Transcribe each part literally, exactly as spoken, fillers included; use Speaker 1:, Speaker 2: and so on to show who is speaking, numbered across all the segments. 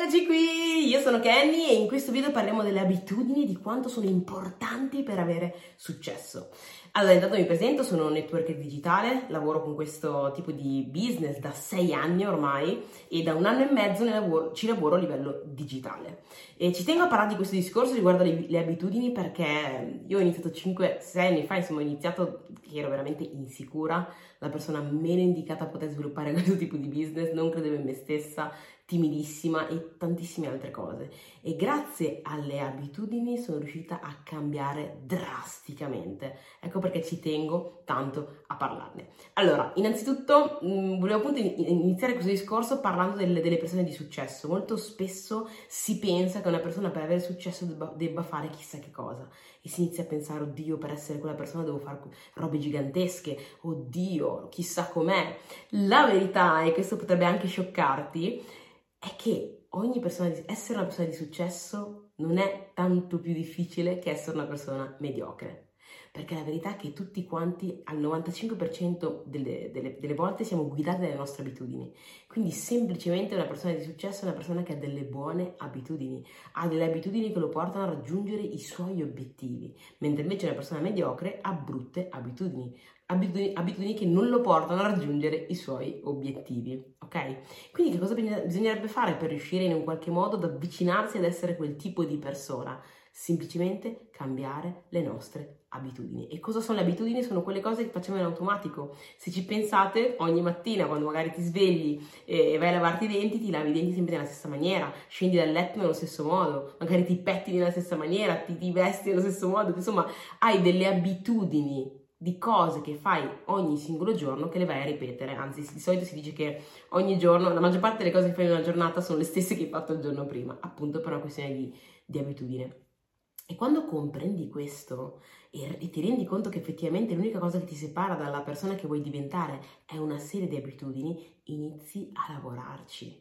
Speaker 1: Eccoci qui, io sono Kenny e in questo video parliamo delle abitudini e di quanto sono importanti per avere successo. Allora, intanto mi presento, sono un networker digitale, lavoro con questo tipo di business da sei anni ormai e da un anno e mezzo ne lavoro, ci lavoro a livello digitale. E ci tengo a parlare di questo discorso riguardo le, le abitudini perché io ho iniziato cinque sei anni fa, insomma ho iniziato che ero veramente insicura, la persona meno indicata a poter sviluppare questo tipo di business, non credevo in me stessa, timidissima e tantissime altre cose, e grazie alle abitudini sono riuscita a cambiare drasticamente. Ecco perché ci tengo tanto a parlarne. Allora, innanzitutto mh, volevo appunto iniziare questo discorso parlando delle, delle persone di successo. Molto spesso si pensa che una persona per avere successo debba, debba fare chissà che cosa e si inizia a pensare: oddio, per essere quella persona devo fare robe gigantesche, oddio, chissà com'è. La verità, e questo potrebbe anche scioccarti, è che ogni persona, essere una persona di successo non è tanto più difficile che essere una persona mediocre. Perché la verità è che tutti quanti, al novantacinque per cento delle, delle, delle volte, siamo guidati dalle nostre abitudini. Quindi semplicemente una persona di successo è una persona che ha delle buone abitudini, ha delle abitudini che lo portano a raggiungere i suoi obiettivi, mentre invece una persona mediocre ha brutte abitudini, abitudini, abitudini che non lo portano a raggiungere i suoi obiettivi, ok? Quindi che cosa bisognerebbe fare per riuscire in un qualche modo ad avvicinarsi ad essere quel tipo di persona? Semplicemente cambiare le nostre abitudini. E cosa sono le abitudini? Sono quelle cose che facciamo in automatico. Se ci pensate, ogni mattina quando magari ti svegli e vai a lavarti i denti, ti lavi i denti sempre nella stessa maniera, scendi dal letto nello stesso modo, magari ti pettini nella stessa maniera, ti, ti vesti nello stesso modo, insomma hai delle abitudini di cose che fai ogni singolo giorno che le vai a ripetere. Anzi, di solito si dice che ogni giorno, la maggior parte delle cose che fai in una giornata sono le stesse che hai fatto il giorno prima, appunto per una questione di, di abitudine. E quando comprendi questo e, e ti rendi conto che effettivamente l'unica cosa che ti separa dalla persona che vuoi diventare è una serie di abitudini, inizi a lavorarci.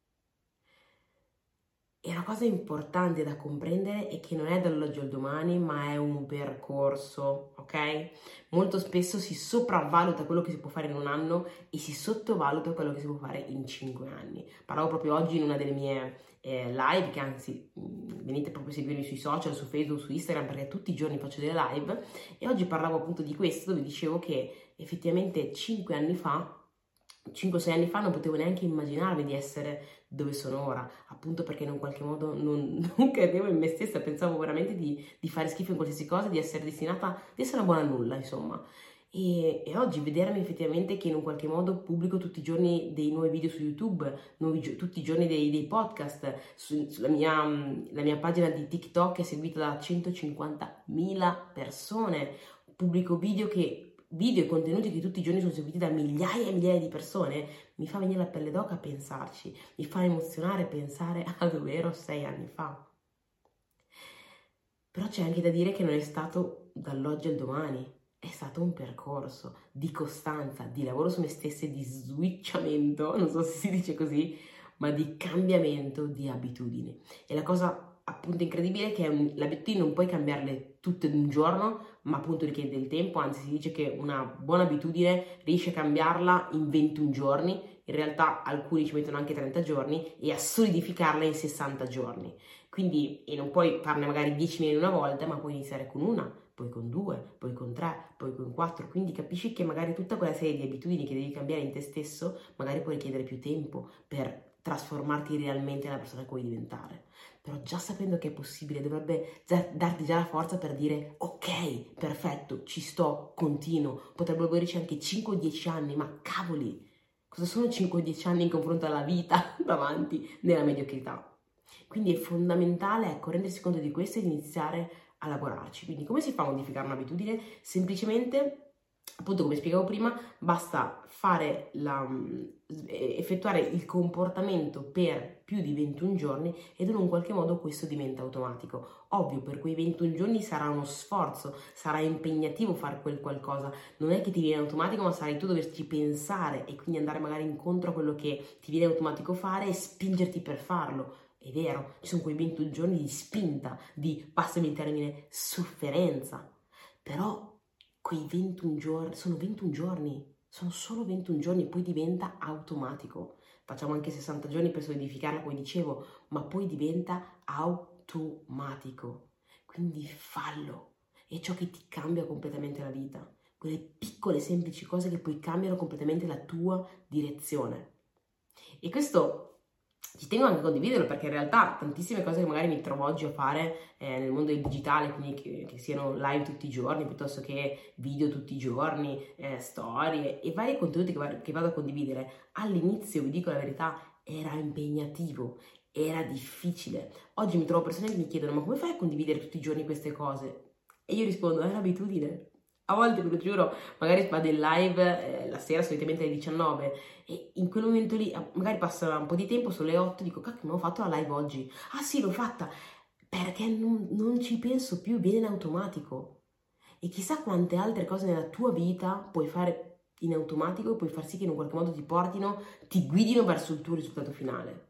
Speaker 1: E una cosa importante da comprendere è che non è dall'oggi al domani, ma è un percorso, ok? Molto spesso si sopravvaluta quello che si può fare in un anno e si sottovaluta quello che si può fare in cinque anni. Parlavo proprio oggi in una delle mie eh, live, che anzi venite proprio a seguirmi sui social, su Facebook, su Instagram, perché tutti i giorni faccio delle live, e oggi parlavo appunto di questo, dove dicevo che effettivamente cinque anni fa, cinque sei anni fa non potevo neanche immaginarmi di essere dove sono ora, appunto perché in un qualche modo non, non credevo in me stessa, pensavo veramente di, di fare schifo in qualsiasi cosa, di essere destinata, di essere una buona nulla, insomma. E, e oggi vedermi effettivamente che in un qualche modo pubblico tutti i giorni dei nuovi video su YouTube, nuovi, tutti i giorni dei, dei podcast, su, sulla mia, la mia pagina di TikTok è seguita da centocinquantamila persone, pubblico video che... video e contenuti che tutti i giorni sono seguiti da migliaia e migliaia di persone, mi fa venire la pelle d'oca a pensarci, mi fa emozionare pensare a dove ero sei anni fa. Però c'è anche da dire che non è stato dall'oggi al domani, è stato un percorso di costanza, di lavoro su me stessa e di switchamento, non so se si dice così, ma di cambiamento di abitudini. E la cosa appunto incredibile è che le abitudini non puoi cambiarle tutte in un giorno, ma appunto richiede del tempo. Anzi, si dice che una buona abitudine riesce a cambiarla in ventuno giorni, in realtà alcuni ci mettono anche trenta giorni, e a solidificarla in sessanta giorni. Quindi, e non puoi farne magari dieci in una volta, ma puoi iniziare con una, poi con due, poi con tre, poi con quattro. Quindi capisci che magari tutta quella serie di abitudini che devi cambiare in te stesso magari può richiedere più tempo per trasformarti realmente nella persona che vuoi diventare. Però già sapendo che è possibile dovrebbe già darti già la forza per dire: ok, perfetto, ci sto, continuo. Potrebbero volerci anche cinque o dieci anni, ma cavoli, cosa sono cinque o dieci anni in confronto alla vita davanti nella mediocrità? Quindi è fondamentale, ecco, rendersi conto di questo ed iniziare a lavorarci. Quindi come si fa a modificare un'abitudine? Semplicemente, appunto come spiegavo prima, basta fare la, effettuare il comportamento per più di ventuno giorni ed in un qualche modo questo diventa automatico. Ovvio, per quei ventuno giorni sarà uno sforzo, sarà impegnativo fare quel qualcosa, non è che ti viene automatico, ma sarai tu a doverci pensare e quindi andare magari incontro a quello che ti viene automatico fare e spingerti per farlo. È vero, ci sono quei ventuno giorni di spinta, di, passami il termine, sofferenza, però quei ventuno giorni, sono ventuno giorni, sono solo ventuno giorni, poi diventa automatico. facciamo anche sessanta giorni per solidificarla, come dicevo, ma poi diventa automatico. Quindi fallo, è ciò che ti cambia completamente la vita. Quelle piccole semplici cose che poi cambiano completamente la tua direzione. E questo ci tengo anche a condividerlo, perché in realtà tantissime cose che magari mi trovo oggi a fare eh, nel mondo del digitale, quindi che, che siano live tutti i giorni piuttosto che video tutti i giorni, eh, storie e vari contenuti che, va, che vado a condividere, all'inizio, vi dico la verità, era impegnativo, era difficile. Oggi mi trovo persone che mi chiedono: ma come fai a condividere tutti i giorni queste cose? E io rispondo: è un'abitudine. A volte, ve lo giuro, magari vado in live eh, la sera, solitamente alle diciannove, e in quel momento lì, magari passa un po' di tempo, sono le otto, dico: cacchio, ma ho fatto la live oggi? Ah sì, l'ho fatta, perché non, non ci penso più, viene in automatico. E chissà quante altre cose nella tua vita puoi fare in automatico e puoi far sì che in un qualche modo ti portino, ti guidino verso il tuo risultato finale.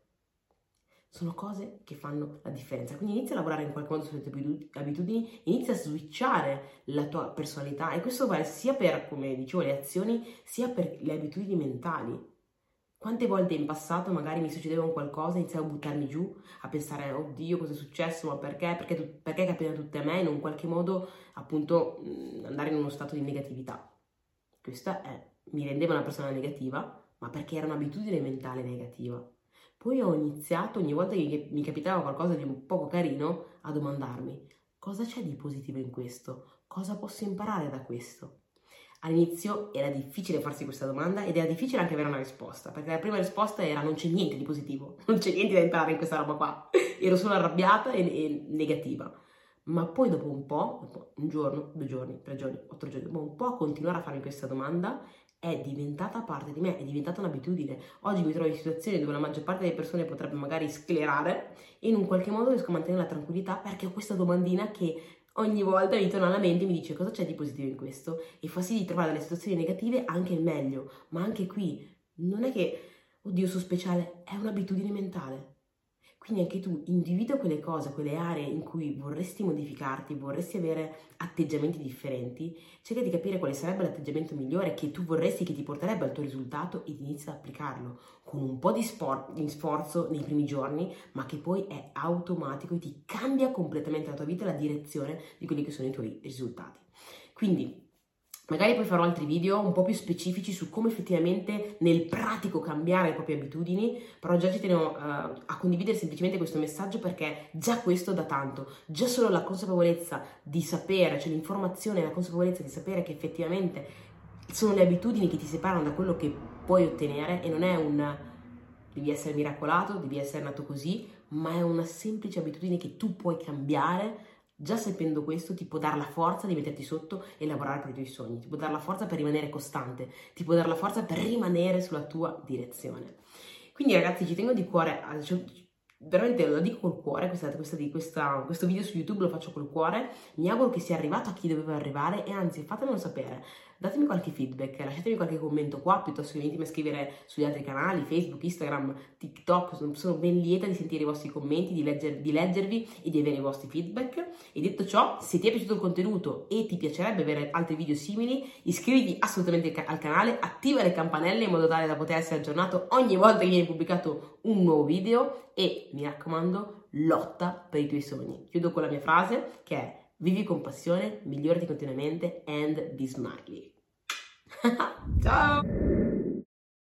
Speaker 1: Sono cose che fanno la differenza. Quindi inizia a lavorare in qualche modo sulle tue abitudini, inizia a switchare la tua personalità, e questo vale sia per, come dicevo, le azioni, sia per le abitudini mentali. Quante volte in passato magari mi succedeva un qualcosa, iniziavo a buttarmi giù, a pensare: oddio, cosa è successo, ma perché? Perché, tu, perché capita tutte a me? In un qualche modo, appunto, andare in uno stato di negatività. Questa è, mi rendeva una persona negativa, ma perché era un'abitudine mentale negativa. Poi ho iniziato, ogni volta che mi capitava qualcosa di un poco carino, a domandarmi: cosa c'è di positivo in questo? Cosa posso imparare da questo? All'inizio era difficile farsi questa domanda ed era difficile anche avere una risposta, perché la prima risposta era: non c'è niente di positivo, non c'è niente da imparare in questa roba qua. Ero solo arrabbiata e, e negativa. Ma poi dopo un po', dopo un giorno, due giorni, tre giorni, otto giorni, dopo un po' a continuare a farmi questa domanda, è diventata parte di me, è diventata un'abitudine. Oggi mi trovo in situazioni dove la maggior parte delle persone potrebbe magari sclerare, e in un qualche modo riesco a mantenere la tranquillità perché ho questa domandina che ogni volta mi torna alla mente e mi dice: cosa c'è di positivo in questo? E fa sì di trovare dalle situazioni negative anche il meglio. Ma anche qui non è che, oddio, sono speciale, è un'abitudine mentale. Quindi anche tu individua quelle cose, quelle aree in cui vorresti modificarti, vorresti avere atteggiamenti differenti, cerca di capire quale sarebbe l'atteggiamento migliore che tu vorresti, che ti porterebbe al tuo risultato, ed inizia ad applicarlo con un po' di, spor- di sforzo nei primi giorni, ma che poi è automatico e ti cambia completamente la tua vita e la direzione di quelli che sono i tuoi risultati. Quindi magari poi farò altri video un po' più specifici su come effettivamente nel pratico cambiare le proprie abitudini, però già ci tenevo uh, a condividere semplicemente questo messaggio, perché già questo dà tanto. Già solo la consapevolezza di sapere, cioè l'informazione e la consapevolezza di sapere che effettivamente sono le abitudini che ti separano da quello che puoi ottenere, e non è un devi essere miracolato, devi essere nato così, ma è una semplice abitudine che tu puoi cambiare. Già sapendo questo ti può dare la forza di metterti sotto e lavorare per i tuoi sogni, ti può dare la forza per rimanere costante, ti può dare la forza per rimanere sulla tua direzione. Quindi ragazzi, ci tengo di cuore, cioè, veramente lo dico col cuore, questa, questa, questa, questo video su YouTube lo faccio col cuore, mi auguro che sia arrivato a chi doveva arrivare, e anzi fatemelo sapere, datemi qualche feedback, lasciatemi qualche commento qua, piuttosto che venitemi a scrivere sugli altri canali, Facebook, Instagram, TikTok. Sono ben lieta di sentire i vostri commenti, di, legger, di leggervi e di avere i vostri feedback. E detto ciò, se ti è piaciuto il contenuto e ti piacerebbe avere altri video simili, iscriviti assolutamente al canale, attiva le campanelle in modo tale da poter essere aggiornato ogni volta che viene pubblicato un nuovo video, e mi raccomando, lotta per i tuoi sogni. Chiudo con la mia frase, che è: vivi con passione, migliorati continuamente and be smiley. Ciao!